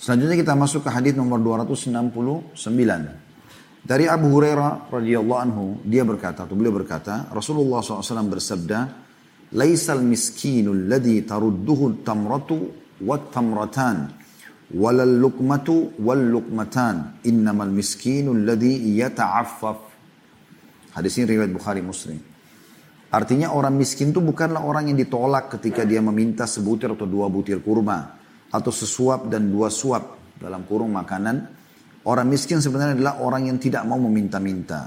Selanjutnya kita masuk ke hadis nomor 269. Dari Abu Hurairah radhiyallahu anhu, beliau berkata, Rasulullah SAW bersabda, "Laisal miskinul ladzi tarudduhu tamratu wat tamratan, walal luqmatu wal luqmatan, innamal miskinul ladzi yata'affaf." Hadis ini riwayat Bukhari Muslim. Artinya orang miskin itu bukanlah orang yang ditolak ketika dia meminta sebutir atau dua butir kurma, atau sesuap dan dua suap dalam kurung makanan. Orang miskin sebenarnya adalah orang yang tidak mau meminta-minta.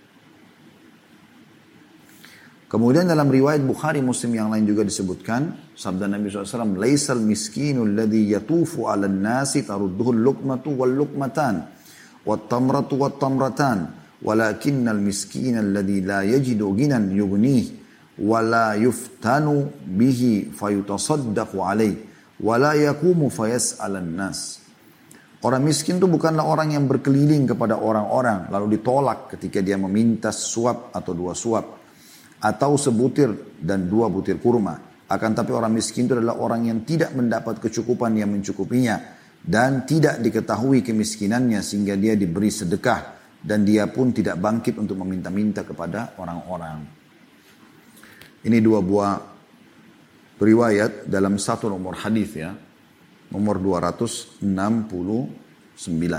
Kemudian dalam riwayat Bukhari Muslim yang lain juga disebutkan, sabda Nabi SAW, "Laisal miskinul ladzi yatufu 'alan nasi tarudduhul luqmatu wal luqmatan, wat tamratu wat tamratan, walakinnal miskinal ladzi la yajidu ghinan yughnih, wa la yuftanu bihi fayutasaddaqu 'alaihi, wa la yaqumu fayas'alan nas." Orang miskin itu bukanlah orang yang berkeliling kepada orang-orang lalu ditolak ketika dia meminta suap atau dua suap, atau sebutir dan dua butir kurma. Akan tapi orang miskin itu adalah orang yang tidak mendapat kecukupan yang mencukupinya dan tidak diketahui kemiskinannya sehingga dia diberi sedekah dan dia pun tidak bangkit untuk meminta-minta kepada orang-orang. Ini dua buah riwayat dalam satu nomor hadis ya. Nomor 269.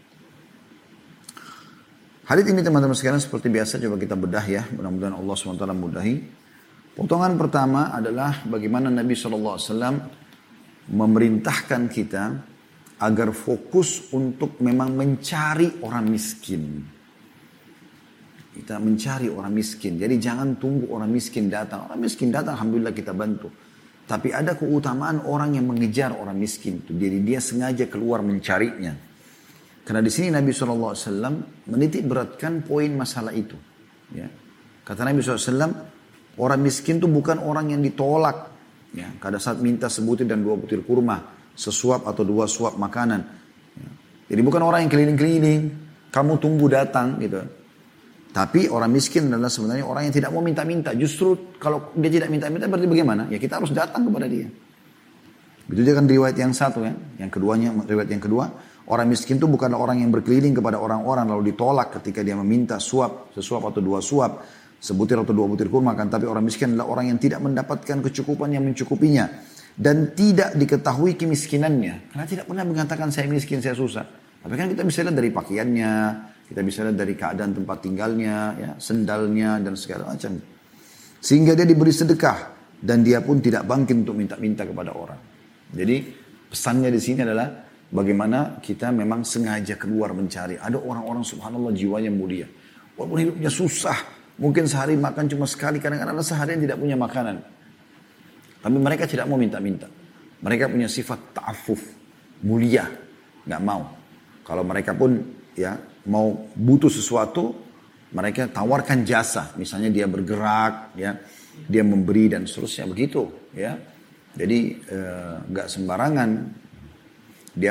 Hadis ini teman-teman sekalian seperti biasa coba kita bedah ya. Mudah-mudahan Allah SWT mudahi. Potongan pertama adalah bagaimana Nabi SAW memerintahkan kita agar fokus untuk memang mencari orang miskin. Kita mencari orang miskin. Jadi jangan tunggu orang miskin datang. Orang miskin datang, alhamdulillah kita bantu. Tapi ada keutamaan orang yang mengejar orang miskin itu. Jadi dia sengaja keluar mencarinya. Karena di sini Nabi SAW menitik beratkan poin masalah itu. Ya. Kata Nabi SAW, orang miskin itu bukan orang yang ditolak. Ya. Pada saat minta sebutir dan dua butir kurma, sesuap atau dua suap makanan. Ya. Jadi bukan orang yang keliling-keliling, kamu tunggu datang gitu. Tapi orang miskin adalah sebenarnya orang yang tidak mau minta-minta. Justru kalau dia tidak minta-minta berarti bagaimana? Ya kita harus datang kepada dia. Itu dia kan riwayat yang satu ya. Riwayat yang kedua. Orang miskin itu bukanlah orang yang berkeliling kepada orang-orang lalu ditolak ketika dia meminta sesuap atau dua suap. Sebutir atau dua butir kurma. Tapi orang miskin adalah orang yang tidak mendapatkan kecukupan yang mencukupinya. Dan tidak diketahui kemiskinannya. Karena tidak pernah mengatakan saya miskin, saya susah. Tapi kan kita bisa lihat dari pakaiannya. Kita bisa lihat dari keadaan tempat tinggalnya, ya, sendalnya, dan segala macam. Sehingga dia diberi sedekah. Dan dia pun tidak bangkit untuk minta-minta kepada orang. Jadi pesannya di sini adalah bagaimana kita memang sengaja keluar mencari. Ada orang-orang subhanallah jiwanya mulia. Walaupun hidupnya susah. Mungkin sehari makan cuma sekali. Kadang-kadang seharian tidak punya makanan. Tapi mereka tidak mau minta-minta. Mereka punya sifat ta'affuf. Mulia. Nggak mau. Kalau mereka pun ya mau butuh sesuatu, mereka tawarkan jasa. Misalnya dia bergerak, ya, dia memberi dan seterusnya begitu, ya. Jadi nggak sembarangan. Dia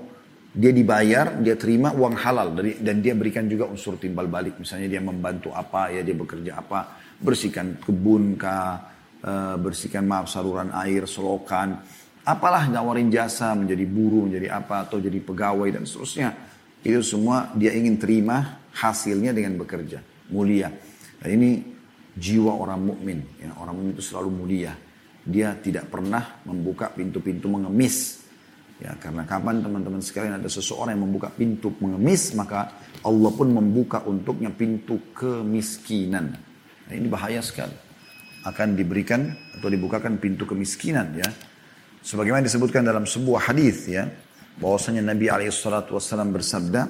dibayar, dia terima uang halal dan dia berikan juga unsur timbal balik. Misalnya dia membantu apa, ya dia bekerja apa, bersihkan kebun bersihkan saluran air, selokan, apalah nawarin jasa menjadi buruh, menjadi apa atau jadi pegawai dan seterusnya. Itu semua dia ingin terima hasilnya dengan bekerja. Mulia. Dan ini jiwa orang mukmin. Ya, orang mukmin itu selalu mulia. Dia tidak pernah membuka pintu-pintu mengemis. Ya, karena kapan teman-teman sekalian ada seseorang yang membuka pintu mengemis, maka Allah pun membuka untuknya pintu kemiskinan. Nah, ini bahaya sekali. Akan diberikan atau dibukakan pintu kemiskinan. Ya. Sebagaimana disebutkan dalam sebuah hadis ya. Bahwasanya Nabi SAW bersabda,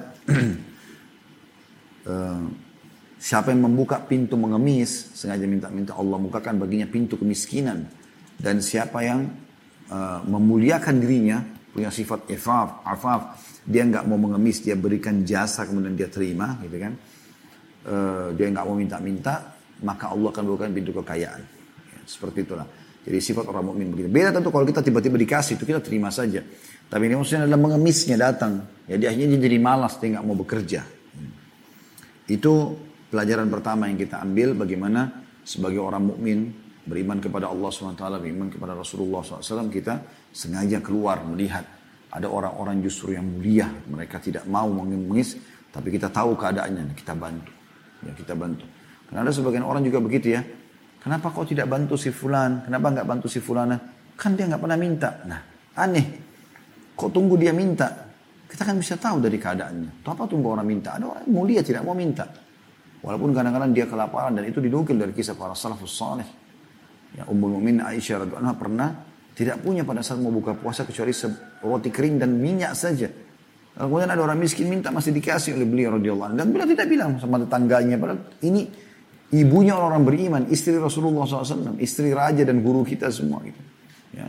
siapa yang membuka pintu mengemis, sengaja minta-minta, Allah bukakan baginya pintu kemiskinan. Dan siapa yang memuliakan dirinya, punya sifat afaf, dia nggak mau mengemis, dia berikan jasa kemudian dia terima, gitu kan? Dia nggak mau minta-minta, maka Allah akan bukakan pintu kekayaan. Ya, seperti itulah. Jadi sifat orang mukmin begitu. Beda tentu kalau kita tiba-tiba dikasih itu kita terima saja. Tapi ini maksudnya adalah mengemisnya datang. Jadi akhirnya dia jadi malas, dia nggak mau bekerja. Itu pelajaran pertama yang kita ambil bagaimana sebagai orang mukmin beriman kepada Allah SWT, beriman kepada Rasulullah SAW, kita sengaja keluar melihat Ada orang-orang justru yang mulia, mereka tidak mau mengemis, tapi kita tahu keadaannya, kita bantu. Ya, kita bantu. Karena ada sebagian orang juga begitu ya. Kenapa kau tidak bantu si fulan? Kenapa nggak bantu si fulana? Kan dia nggak pernah minta. Nah, aneh. Kok tunggu dia minta? Kita kan bisa tahu dari keadaannya. Tuh apa tunggu orang minta? Ada orang mulia tidak mau minta. Walaupun kadang-kadang dia kelaparan dan itu dinukil dari kisah para salafus saleh. Ya, Ummul Mukminin Aisyah radhiyallahu anha pernah tidak punya pada saat mau buka puasa kecuali roti kering dan minyak saja. Kemudian ada orang miskin minta masih dikasih oleh beliau radhiyallahu anhu. Dan beliau tidak bilang sama tetangganya. Padahal ini ibunya orang beriman, istri Rasulullah SAW, istri raja dan guru kita semua gitu. Ya.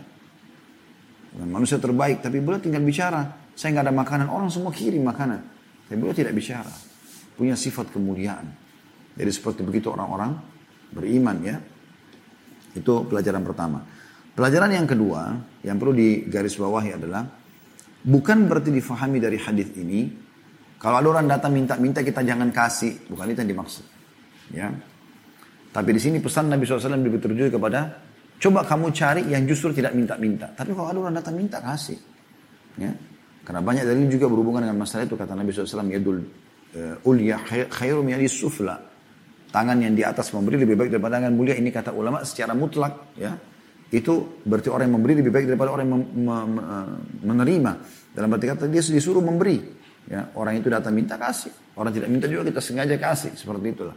Dan manusia terbaik, tapi beliau tinggal bicara. Saya nggak ada makanan, orang semua kirim makanan. Tapi beliau tidak bicara. Punya sifat kemuliaan. Jadi seperti begitu orang-orang beriman ya. Itu pelajaran pertama. Pelajaran yang kedua, yang perlu digarisbawahi adalah, bukan berarti difahami dari hadis ini, kalau ada orang datang minta-minta kita jangan kasih, bukan itu yang dimaksud. Ya. Tapi di sini pesan Nabi SAW lebih tertuju kepada, coba kamu cari yang justru tidak minta-minta. Tapi kalau ada orang datang minta, kasih. Ya. Karena banyak dalil juga berhubungan dengan masalah itu, kata Nabi SAW, yadul ulya khairu miyadis sufla. Tangan yang di atas memberi lebih baik daripada tangan mulia, ini kata ulama secara mutlak, ya. Itu berarti orang yang memberi lebih baik daripada orang yang menerima. Dalam arti kata dia disuruh memberi. Ya, orang itu datang minta kasih. Orang tidak minta juga kita sengaja kasih. Seperti itulah.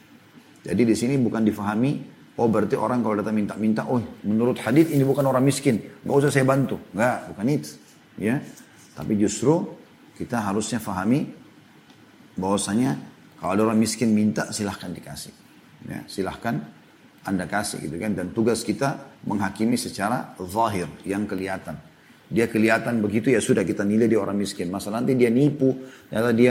Jadi di sini bukan difahami, oh berarti orang kalau datang minta-minta, oh menurut hadis ini bukan orang miskin, nggak usah saya bantu. Nggak, bukan itu. Ya, tapi justru kita harusnya fahami bahwasanya kalau ada orang miskin minta silahkan dikasih. Ya, silahkan Anda kasih gitu kan. Dan tugas kita menghakimi secara zahir, yang kelihatan. Dia kelihatan begitu ya sudah kita nilai dia orang miskin. Masalah nanti dia nipu, ternyata dia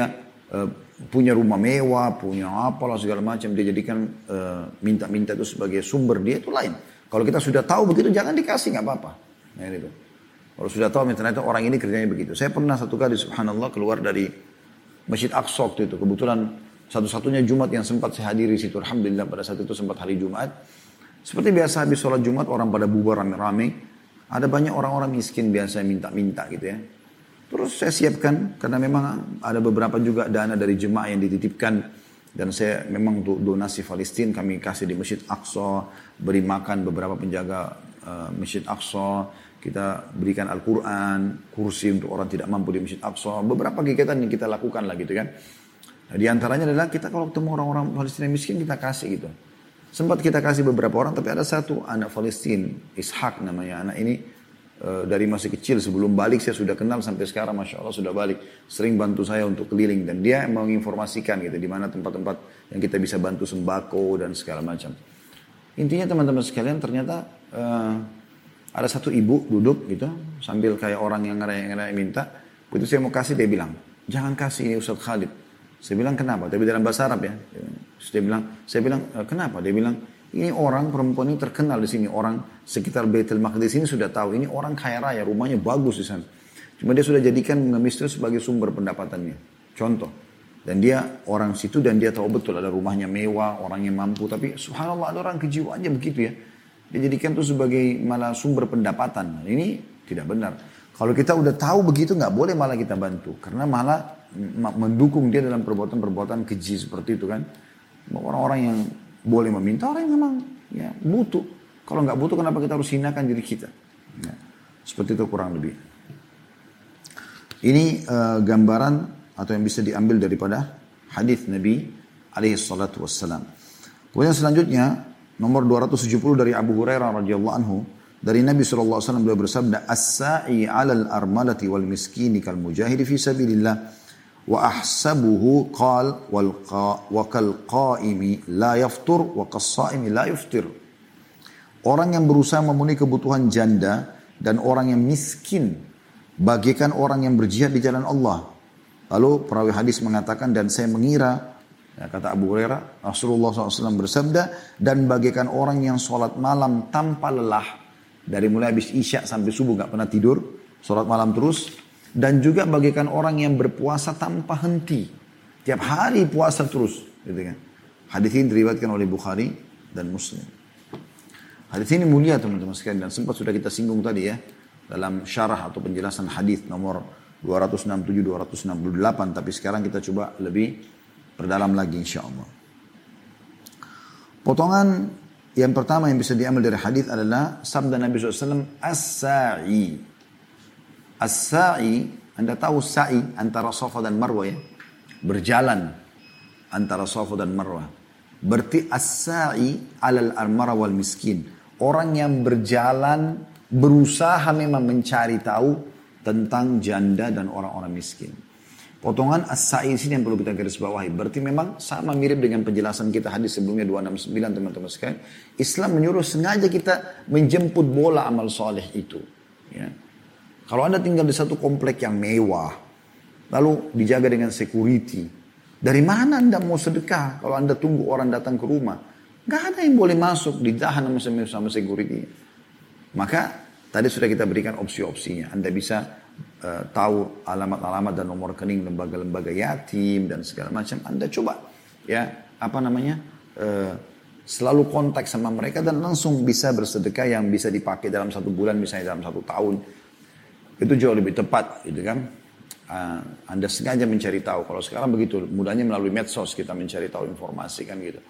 punya rumah mewah, punya apalah segala macam. Dia jadikan minta-minta itu sebagai sumber dia, itu lain. Kalau kita sudah tahu begitu jangan dikasih, nggak apa-apa. Nah, gitu. Kalau sudah tahu ternyata orang ini kerjanya begitu. Saya pernah satu kali subhanallah keluar dari Masjid Aqsa waktu itu. Kebetulan satu-satunya Jumat yang sempat saya hadiri situ. Alhamdulillah pada saat itu sempat hari Jumat. Seperti biasa habis sholat Jumat orang pada bubar rame-rame. Ada banyak orang-orang miskin biasa minta-minta gitu ya. Terus saya siapkan karena memang ada beberapa juga dana dari jemaah yang dititipkan. Dan saya memang untuk donasi Palestina kami kasih di Masjid Aqsa. Beri makan beberapa penjaga Masjid Aqsa. Kita berikan Al-Quran, kursi untuk orang tidak mampu di Masjid Aqsa. Beberapa kegiatan yang kita lakukan lah gitu kan. Nah, di antaranya adalah kita kalau ketemu orang-orang Palestina miskin kita kasih gitu. Sempat kita kasih beberapa orang, tapi ada satu anak Palestina, Ishak namanya. Anak ini dari masih kecil sebelum balik saya sudah kenal sampai sekarang, Masya Allah sudah balik. Sering bantu saya untuk keliling dan dia menginformasikan gitu di mana tempat-tempat yang kita bisa bantu sembako dan segala macam. Intinya teman-teman sekalian ternyata ada satu ibu duduk gitu sambil kayak orang yang ngeray minta. Begitu saya mau kasih dia bilang, jangan kasih ini Ustaz Khalid. Saya bilang kenapa? Tapi dalam bahasa Arab ya. Saya bilang kenapa? Dia bilang ini orang perempuan ini terkenal di sini, orang sekitar Baitul Maqdis ini sudah tahu ini orang kaya raya, rumahnya bagus di sana. Cuma dia sudah jadikan mengemis itu sebagai sumber pendapatannya. Contoh. Dan dia orang situ dan dia tahu betul ada rumahnya mewah, orangnya mampu. Tapi subhanallah ada orang kejiwaannya begitu ya. Dia jadikan itu sebagai malah sumber pendapatan. Nah, ini tidak benar. Kalau kita udah tahu begitu nggak boleh malah kita bantu. Karena malah mendukung dia dalam perbuatan-perbuatan keji seperti itu kan. Orang-orang yang boleh meminta, orang yang memang ya, butuh. Kalau nggak butuh kenapa kita harus hinakan diri kita. Ya, seperti itu kurang lebih. Ini gambaran atau yang bisa diambil daripada hadis Nabi alaihi salatu wassalam. Kemudian selanjutnya nomor 270 dari Abu Hurairah radhiyallahu anhu dari Nabi sallallahu alaihi wasallam beliau bersabda as-sa'i 'alal armalati wal miskini kal mujahidi fi sabilillah wa ahsabuhu qal wa kal qa'imi la yaftur wa qas-sha'imi la yuftir. Orang yang berusaha memenuhi kebutuhan janda dan orang yang miskin bagaikan orang yang berjihad di jalan Allah. Lalu perawi hadis mengatakan dan saya mengira, ya, kata Abu Hurairah, Rasulullah SAW bersabda, dan bagaikan orang yang sholat malam tanpa lelah, dari mulai habis isya sampai subuh gak pernah tidur, sholat malam terus, dan juga bagaikan orang yang berpuasa tanpa henti, tiap hari puasa terus, gitu kan. Hadis ini diriwayatkan oleh Bukhari dan Muslim. Hadis ini mulia teman-teman sekalian dan sempat sudah kita singgung tadi ya. dalam syarah atau penjelasan hadis nomor 267-268. Tapi sekarang kita coba lebih perdalam lagi insya Allah. Potongan yang pertama yang bisa diambil dari hadis adalah sabda Nabi SAW, as-sa'i. As-sa'i, Anda tahu sa'i antara Safa dan Marwah ya? Berjalan antara Safa dan Marwah. Berarti as-sa'i alal armara wal miskin. Orang yang berjalan, berusaha memang mencari tahu tentang janda dan orang-orang miskin. Potongan as-sa'i sini yang perlu kita garis bawahi. Berarti memang sama mirip dengan penjelasan kita hadis sebelumnya 269 teman-teman sekalian. Islam menyuruh sengaja kita menjemput bola amal soleh itu. Ya. Kalau Anda tinggal di satu komplek yang mewah, lalu dijaga dengan security, dari mana Anda mau sedekah kalau Anda tunggu orang datang ke rumah? Gak ada yang boleh masuk, ditahan sama security. Maka tadi sudah kita berikan opsi-opsinya. Anda bisa tahu alamat-alamat dan nomor rekening lembaga-lembaga yatim dan segala macam. Anda coba ya selalu kontak sama mereka dan langsung bisa bersedekah yang bisa dipakai dalam 1 bulan, misalnya dalam 1 tahun. Itu jauh lebih tepat gitu kan. Anda sengaja mencari tahu. Kalau sekarang begitu mudahnya melalui medsos kita mencari tahu informasi kan gitu.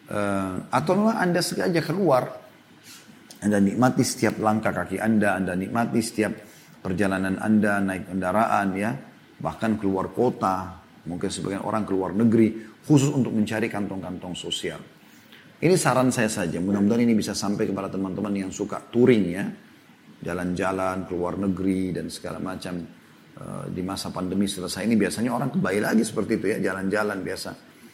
Atau memang Anda sengaja keluar, Anda nikmati setiap langkah kaki Anda nikmati setiap perjalanan Anda naik kendaraan ya, bahkan keluar kota, mungkin sebagian orang keluar negeri khusus untuk mencari kantong-kantong sosial. Ini saran saya saja, mudah-mudahan ini bisa sampai kepada teman-teman yang suka touring ya, jalan-jalan keluar negeri dan segala macam. Di masa pandemi selesai ini biasanya orang kembali lagi seperti itu ya, jalan-jalan biasa.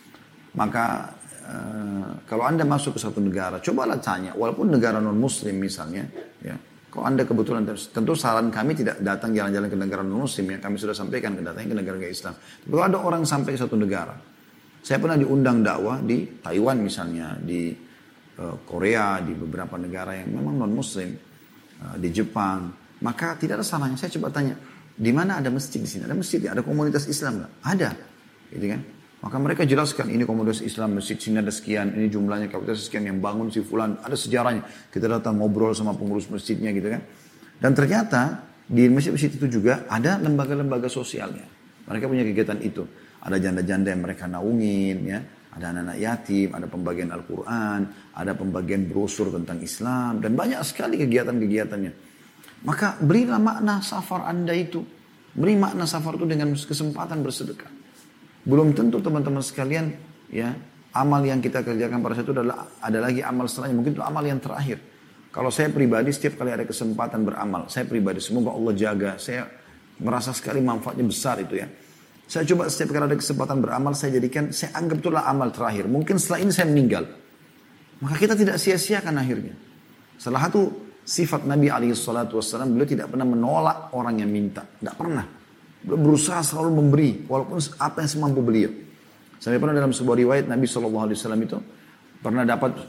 Maka kalau Anda masuk ke satu negara, cobalah tanya, walaupun negara non-muslim misalnya ya. Kalau Anda kebetulan, tentu saran kami tidak datang jalan-jalan ke negara non-muslim ya. Kami sudah sampaikan datangnya ke negara Islam. Tapi kalau ada orang sampai ke satu negara. Saya pernah diundang dakwah di Taiwan misalnya. Di Korea, di beberapa negara yang memang non-muslim. Di Jepang. Maka tidak ada salahnya. Saya coba tanya, di mana ada masjid di sini? Ada masjid ya? Ada komunitas Islam nggak? Ada. Gitu kan? Maka mereka jelaskan ini komunitas Islam, masjid sini ada sekian, ini jumlahnya komunitas sekian yang bangun si fulan, ada sejarahnya. Kita datang ngobrol sama pengurus masjidnya gitu kan. Dan ternyata di masjid-masjid itu juga ada lembaga-lembaga sosialnya. Mereka punya kegiatan itu. Ada janda-janda yang mereka naungin ya, ada anak-anak yatim, ada pembagian Al-Quran, ada pembagian brosur tentang Islam, dan banyak sekali kegiatan-kegiatannya. Maka berilah makna safar Anda itu. Beri makna safar itu dengan kesempatan bersedekah. Belum tentu teman-teman sekalian ya amal yang kita kerjakan pada saat itu adalah ada lagi amal setelahnya, mungkin itu amal yang terakhir. Kalau saya pribadi setiap kali ada kesempatan beramal, saya pribadi semoga Allah jaga, saya merasa sekali manfaatnya besar itu ya. Saya coba setiap kali ada kesempatan beramal saya jadikan, saya anggap itulah amal terakhir. Mungkin setelah ini saya meninggal. Maka kita tidak sia-siakan akhirnya. Salah satu sifat Nabi SAW, beliau tidak pernah menolak orang yang minta, tidak pernah. Berusaha selalu memberi walaupun apa yang semampu beliau. Sampai pernah dalam sebuah riwayat Nabi SAW itu pernah dapat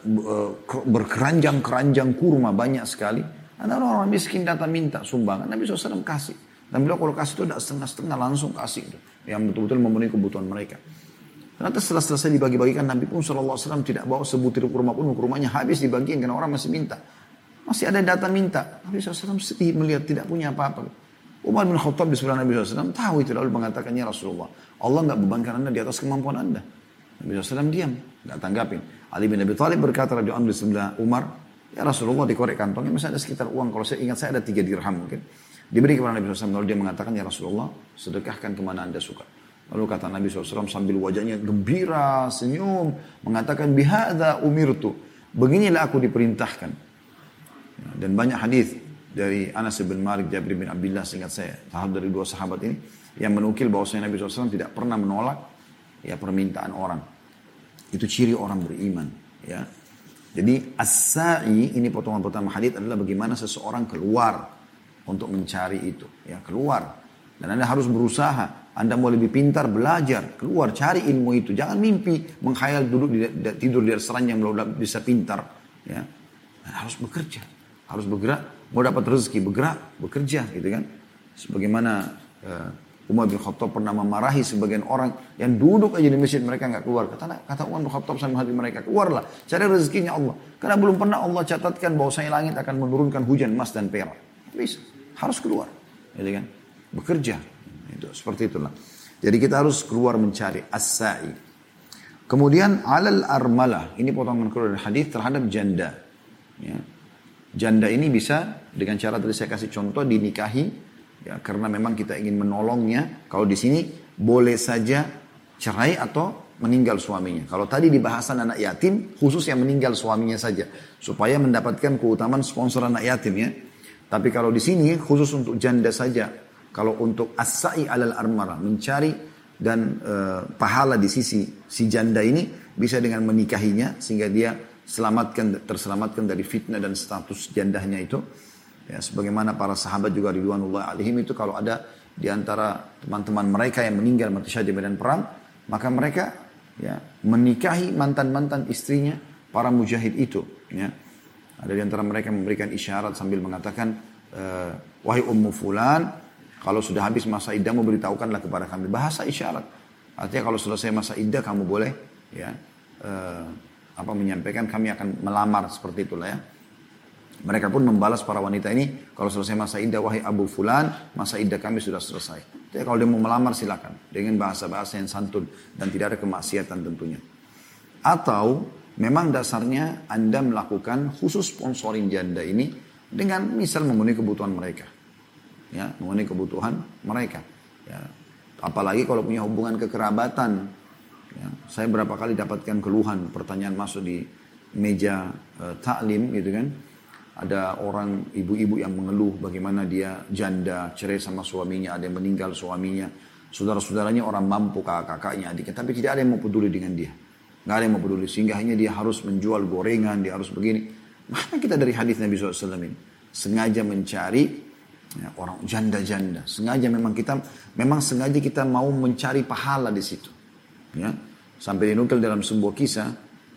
berkeranjang-keranjang kurma banyak sekali. Ada orang miskin datang minta sumbangan, Nabi SAW kasih. Dan beliau kalau kasih itu tidak setengah-setengah, langsung kasih itu, yang betul-betul memenuhi kebutuhan mereka. Ternyata setelah selesai dibagi-bagikan, Nabi pun SAW tidak bawa sebutir kurma pun, kurmanya habis dibagikan karena orang masih minta. Masih ada yang datang minta. Nabi SAW sedih melihat tidak punya apa-apa. Umar bin Khattab di sebelah Nabi SAW tahu itu, lalu mengatakannya Rasulullah, Allah enggak bebankan Anda di atas kemampuan Anda. Nabi SAW diam, enggak tanggapin. Ali bin Abi Thalib berkata radhiyallahu anhu di sebelah Umar, ya Rasulullah, dikorek kantongnya, misalnya ada sekitar uang, kalau saya ingat saya ada 3 dirham mungkin. Diberi kepada Nabi SAW, lalu dia mengatakan, ya Rasulullah, sedekahkan kemana Anda suka. Lalu kata Nabi SAW sambil wajahnya gembira, senyum, mengatakan, bihadza umirtu, beginilah aku diperintahkan. Dan banyak hadis dari Anas bin Malik, Jabir bin Abdullah, seingat saya, sahabat dari 2 sahabat ini, yang menukil bahwasanya Nabi SAW tidak pernah menolak ya permintaan orang. Itu ciri orang beriman. Ya. Jadi as-sa'i, ini potongan pertama hadis adalah bagaimana seseorang keluar untuk mencari itu. Ya, keluar. Dan Anda harus berusaha. Anda mau lebih pintar, belajar. Keluar, cari ilmu itu. Jangan mimpi, menghayal tidur di atas ranjang belum bisa pintar. Ya. Anda harus bekerja. Harus bergerak. Mau dapat rezeki, bergerak, bekerja gitu kan. Sebagaimana Umar bin Khattab pernah memarahi sebagian orang yang duduk aja di masjid, mereka nggak keluar. Kata Umar bin Khattab sama hati mereka, keluarlah, cari rezekinya Allah. Karena belum pernah Allah catatkan bahwa langit akan menurunkan hujan emas dan perak. Bisa. harus keluar, gitu kan? Bekerja, itu seperti itulah. Jadi kita harus keluar mencari as-sa'i. Kemudian alal armalah, ini potongan keluar dari hadis terhadap janda. Ya. Janda ini bisa dengan cara tadi saya kasih contoh dinikahi, ya karena memang kita ingin menolongnya. Kalau di sini boleh saja cerai atau meninggal suaminya. Kalau tadi di bahasan anak yatim, khusus yang meninggal suaminya saja, supaya mendapatkan keutamaan sponsor anak yatim ya. Tapi kalau di sini khusus untuk janda saja. Kalau untuk as-sa'i alal armalah, mencari dan pahala di sisi si janda ini bisa dengan menikahinya sehingga dia terselamatkan dari fitnah dan status jandahnya itu. Ya, sebagaimana para sahabat juga ridwanullah alaihim itu kalau ada di antara teman-teman mereka yang meninggal mati syahid di medan perang, maka mereka ya menikahi mantan-mantan istrinya para mujahid itu. Ya. Ada di antara mereka memberikan isyarat sambil mengatakan, wahai ummu fulan, kalau sudah habis masa iddamu beritahukanlah kepada kami. Bahasa isyarat. Artinya kalau selesai masa iddah kamu boleh ya menyampaikan kami akan melamar, seperti itulah ya. Mereka pun membalas para wanita ini, kalau selesai masa iddah wahai Abu Fulan, masa iddah kami sudah selesai. Jadi kalau dia mau melamar silakan dengan bahasa-bahasa yang santun dan tidak ada kemaksiatan tentunya. Atau memang dasarnya Anda melakukan khusus sponsoring janda ini dengan misal memenuhi kebutuhan mereka. Ya, memenuhi kebutuhan mereka. Ya, apalagi kalau punya hubungan kekerabatan. Ya, saya berapa kali dapatkan keluhan, pertanyaan masuk di meja taklim gitu kan. Ada orang ibu-ibu yang mengeluh bagaimana dia janda, cerai sama suaminya, ada yang meninggal suaminya. Saudara-saudaranya orang mampu, kakak-kakaknya, adiknya, tapi tidak ada yang mau peduli dengan dia. Nggak ada yang mau peduli, sehingga hanya dia harus menjual gorengan, dia harus begini. Mana kita dari hadis Nabi SAW ini? Sengaja mencari ya, orang janda-janda. Memang sengaja kita mau mencari pahala di situ. Ya. Sampai dinukil dalam sebuah kisah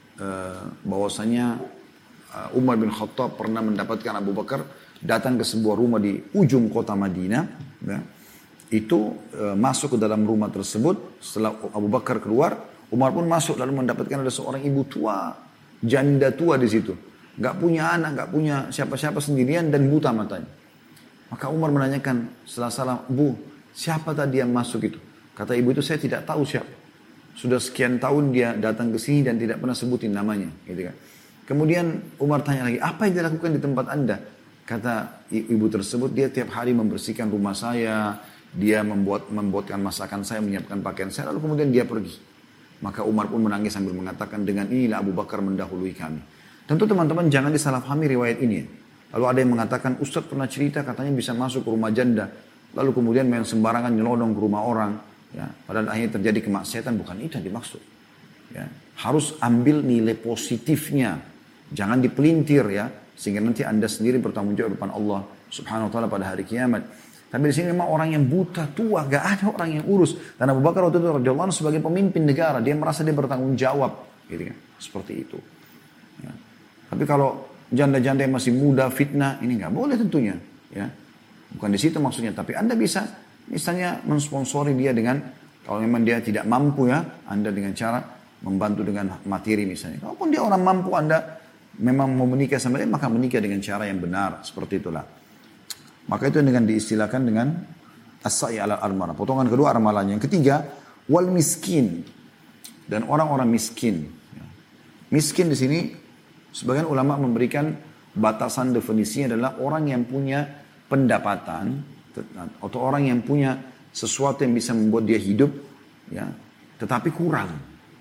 bahwasanya Umar bin Khattab pernah mendapatkan Abu Bakar datang ke sebuah rumah di ujung kota Madinah. Ya. Itu masuk ke dalam rumah tersebut. Setelah Abu Bakar keluar, Umar pun masuk lalu mendapatkan ada seorang ibu tua, janda tua di situ. Gak punya anak, gak punya siapa-siapa sendirian dan buta matanya. Maka Umar menanyakan setelah salam, Bu, siapa tadi yang masuk itu? Kata ibu itu, saya tidak tahu siapa. Sudah sekian tahun dia datang ke sini dan tidak pernah sebutin namanya. Gitu kan. Kemudian Umar tanya lagi, apa yang dilakukan di tempat Anda? Kata ibu tersebut, dia tiap hari membersihkan rumah saya, dia membuatkan masakan saya, menyiapkan pakaian saya, lalu kemudian dia pergi. Maka Umar pun menangis sambil mengatakan, dengan inilah Abu Bakar mendahului kami. Tentu teman-teman jangan disalahpahami riwayat ini. Lalu ada yang mengatakan, Ustaz pernah cerita katanya bisa masuk ke rumah janda. Lalu kemudian main sembarangan nyelodong ke rumah orang. Ya, padahal akhirnya terjadi kemaksiatan, bukan itu yang dimaksud. Ya, harus ambil nilai positifnya. Jangan dipelintir ya. Sehingga nanti Anda sendiri bertanggung jawab depan Allah Subhanahu wa ta'ala pada hari kiamat. Tapi di sini memang orang yang buta, tua, gak ada orang yang urus. Dan Abu Bakar waktu itu radhiyallahu anhu sebagai pemimpin negara, dia merasa dia bertanggung jawab. Gitu kan. Seperti itu. Ya. Tapi kalau janda-janda yang masih muda, fitnah, ini nggak boleh tentunya. Ya. Bukan di situ maksudnya. Tapi Anda bisa misalnya mensponsori dia dengan, kalau memang dia tidak mampu ya, Anda dengan cara membantu dengan materi misalnya. Kalaupun dia orang mampu, Anda memang mau menikah sama dia, maka menikah dengan cara yang benar. Seperti itulah. Maka itu dengan diistilahkan dengan as-sa'i ala armalah. Potongan kedua armalahnya. Yang ketiga, wal miskin. Dan orang-orang miskin. Miskin di sini, sebagian ulama memberikan batasan definisinya adalah orang yang punya pendapatan atau orang yang punya sesuatu yang bisa membuat dia hidup, ya, tetapi kurang.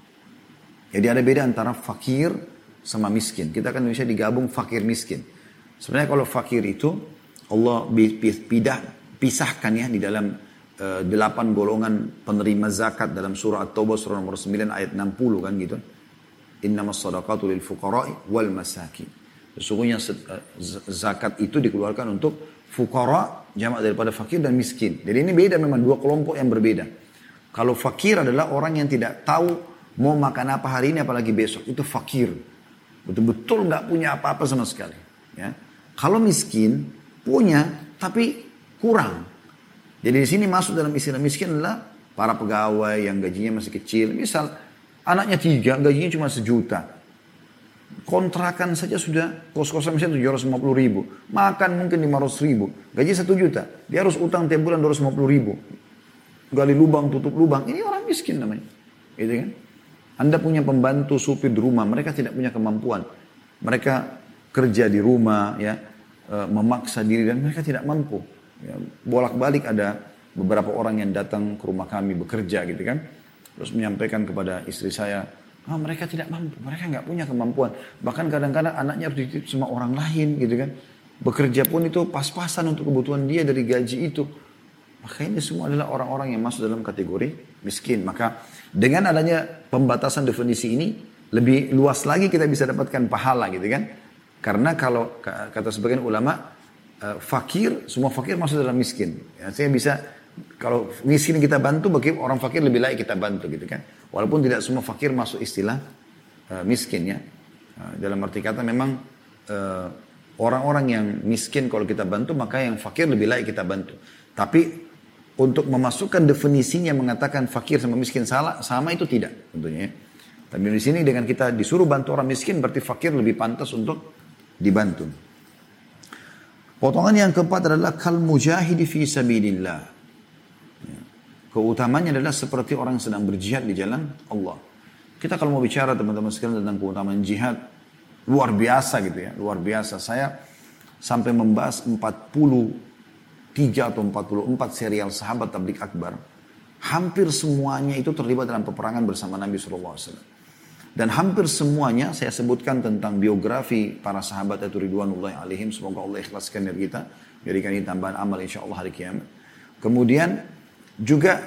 Jadi ada beda antara fakir sama miskin. Kita kan Indonesia digabung fakir miskin. Sebenarnya kalau fakir itu Allah pisahkan ya di dalam 8 golongan penerima zakat dalam surah At-Taubah surah nomor 9 ayat 60 kan gitu. Innamas shadaqatu lil fuqara'i wal masakin. Sesungguhnya zakat itu dikeluarkan untuk fuqara, jamak daripada fakir dan miskin. Jadi ini beda, memang dua kelompok yang berbeda. Kalau fakir adalah orang yang tidak tahu mau makan apa hari ini apalagi besok, itu fakir. Betul-betul nggak punya apa-apa sama sekali. Ya. Kalau miskin punya tapi kurang. Jadi di sini masuk dalam istilah miskin adalah para pegawai yang gajinya masih kecil. Misal anaknya 3, gajinya cuma 1 juta. Kontrakan saja sudah, kos-kosan misalnya 750.000. Makan mungkin 500.000. Gaji 1 juta. Dia harus utang tiap bulan 250.000. Gali lubang, tutup lubang. Ini orang miskin namanya. Gitu kan? Anda punya pembantu supir di rumah. Mereka tidak punya kemampuan. Mereka kerja di rumah, ya, memaksa diri dan mereka tidak mampu. Ya, bolak-balik ada beberapa orang yang datang ke rumah kami bekerja gitu kan. Terus menyampaikan kepada istri saya, mereka tidak mampu, mereka nggak punya kemampuan. Bahkan kadang-kadang anaknya harus dititip sama orang lain gitu kan. Bekerja pun itu pas-pasan untuk kebutuhan dia dari gaji itu. Maka ini semua adalah orang-orang yang masuk dalam kategori miskin. Maka dengan adanya pembatasan definisi ini, lebih luas lagi kita bisa dapatkan pahala gitu kan. Karena kalau kata sebagian ulama, fakir, semua fakir masuk dalam miskin. Ya, saya bisa, kalau miskin kita bantu, bagi orang fakir lebih layak kita bantu gitu kan. Walaupun tidak semua fakir masuk istilah miskin ya. Dalam arti kata memang orang-orang yang miskin kalau kita bantu, maka yang fakir lebih layak kita bantu. Tapi untuk memasukkan definisinya mengatakan fakir sama miskin sama itu tidak tentunya ya. Tapi di sini dengan kita disuruh bantu orang miskin berarti fakir lebih pantas untuk dibantu. Potongan yang keempat adalah kal mujahidi fi sabilillah. Keutamanya adalah seperti orang sedang berjihad di jalan Allah. Kita kalau mau bicara teman-teman sekalian tentang keutamaan jihad, luar biasa gitu ya, luar biasa. Saya sampai membahas 43 atau 44 serial sahabat tabligh akbar. Hampir semuanya itu terlibat dalam peperangan bersama Nabi SAW. Dan hampir semuanya saya sebutkan tentang biografi para sahabat itu ridwanullahi alaihim. Semoga Allah ikhlaskan dari kita. Jadikan ini tambahan amal insyaAllah hari kiamat. Kemudian juga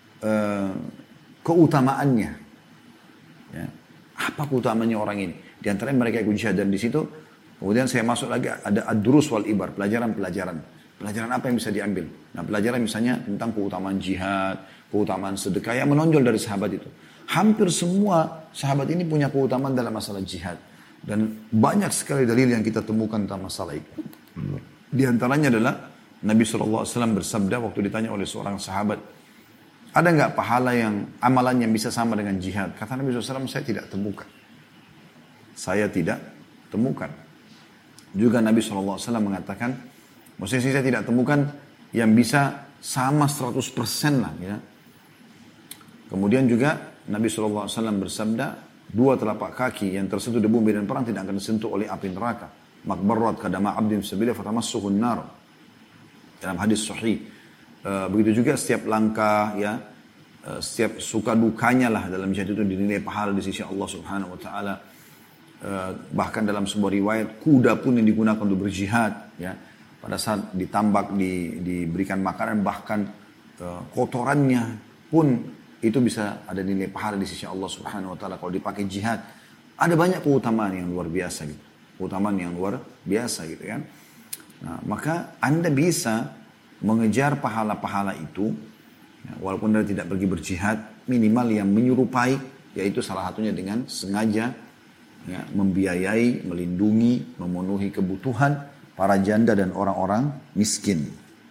keutamaannya, ya. Apa keutamaannya orang ini? Di antara mereka ikut jihad dan di situ, kemudian saya masuk lagi ada ad-durus wal ibar, pelajaran-pelajaran. Pelajaran apa yang bisa diambil? Nah, pelajaran misalnya tentang keutamaan jihad, keutamaan sedekah yang menonjol dari sahabat itu. Hampir semua sahabat ini punya keutamaan dalam masalah jihad dan banyak sekali dalil yang kita temukan tentang masalah itu. Di antaranya adalah Nabi SAW bersabda waktu ditanya oleh seorang sahabat, ada nggak pahala yang amalan yang bisa sama dengan jihad? Kata Nabi SAW, saya tidak temukan. Saya tidak temukan. Juga Nabi SAW mengatakan, maksudnya saya tidak temukan yang bisa sama 100% lah. Ya. Kemudian juga Nabi SAW bersabda, 2 telapak kaki yang tersentuh debu medan perang tidak akan disentuh oleh api neraka. Makbarrat kadama abdin sabila fatamassuhun nar. Dalam hadis sahih. Begitu juga setiap langkah ya, setiap suka dukanya lah dalam jihad itu dinilai pahala di sisi Allah Subhanahu wa taala. Bahkan dalam sebuah riwayat kuda pun yang digunakan untuk berjihad ya, pada saat ditambak diberikan makanan bahkan kotorannya pun itu bisa ada nilai pahala di sisi Allah Subhanahu wa taala kalau dipakai jihad. Ada banyak keutamaan yang luar biasa gitu. Keutamaan yang luar biasa gitu kan. Nah, maka Anda bisa mengejar pahala-pahala itu, ya, walaupun Anda tidak pergi berjihad, minimal yang menyerupai, yaitu salah satunya dengan sengaja ya, membiayai, melindungi, memenuhi kebutuhan para janda dan orang-orang miskin.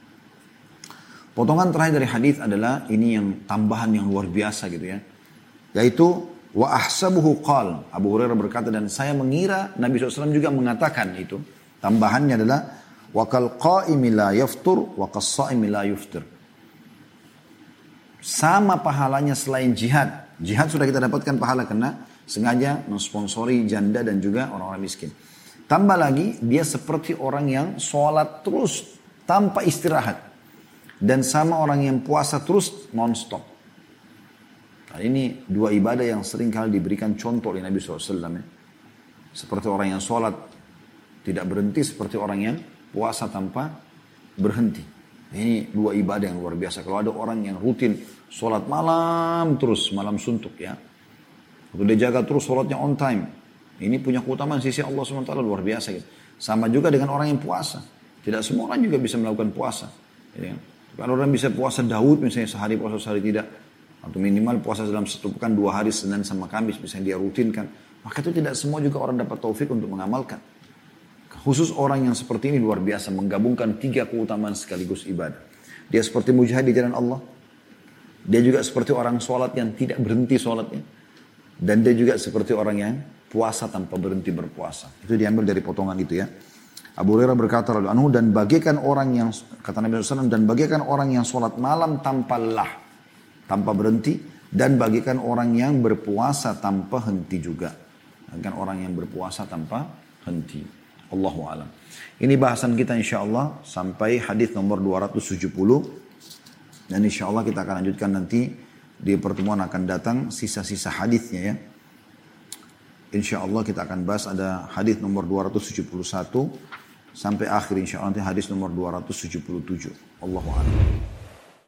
Potongan terakhir dari hadis adalah ini yang tambahan yang luar biasa gitu ya, yaitu wa ahsabuhu qal. Abu Hurairah berkata dan saya mengira Nabi SAW juga mengatakan itu. Tambahannya adalah wa kal qaimi la yaftur wa kas saimi la yuftir. Sama pahalanya selain jihad. Jihad sudah kita dapatkan pahala karena sengaja mensponsori janda dan juga orang-orang miskin. Tambah lagi dia seperti orang yang sholat terus tanpa istirahat. Dan sama orang yang puasa terus non-stop. Nah, ini 2 ibadah yang sering kali diberikan contoh oleh Nabi SAW. Ya. Seperti orang yang sholat tidak berhenti, seperti orang yang puasa tanpa berhenti. Ini 2 ibadah yang luar biasa. Kalau ada orang yang rutin sholat malam terus, malam suntuk ya. Kalau dia jaga terus sholatnya on time. Ini punya keutamaan sisi Allah SWT luar biasa gitu. Sama juga dengan orang yang puasa. Tidak semua orang juga bisa melakukan puasa. Ya. Kalau orang bisa puasa Daud misalnya sehari puasa sehari tidak. Atau minimal puasa dalam 1 pekan 2 hari Senin sama Kamis misalnya dia rutinkan. Maka itu tidak semua juga orang dapat taufik untuk mengamalkan. Khusus orang yang seperti ini luar biasa menggabungkan 3 keutamaan sekaligus ibadah. Dia seperti mujahid di jalan Allah. Dia juga seperti orang sholat yang tidak berhenti sholatnya. Dan dia juga seperti orang yang puasa tanpa berhenti berpuasa. Itu diambil dari potongan itu ya. Abu Hurairah berkata, dan bagaikan orang yang, kata Nabi SAW, dan bagaikan orang yang sholat malam tanpa lelah, tanpa berhenti, dan bagaikan orang yang berpuasa tanpa henti juga. Bagaikan orang yang berpuasa tanpa henti. Allahu a'lam. Ini bahasan kita insya Allah sampai hadis nomor 270. Dan insya Allah kita akan lanjutkan nanti di pertemuan akan datang sisa-sisa hadisnya ya. Insya Allah kita akan bahas ada hadis nomor 271 sampai akhir insya Allah nanti hadis nomor 277. Allahu a'lam.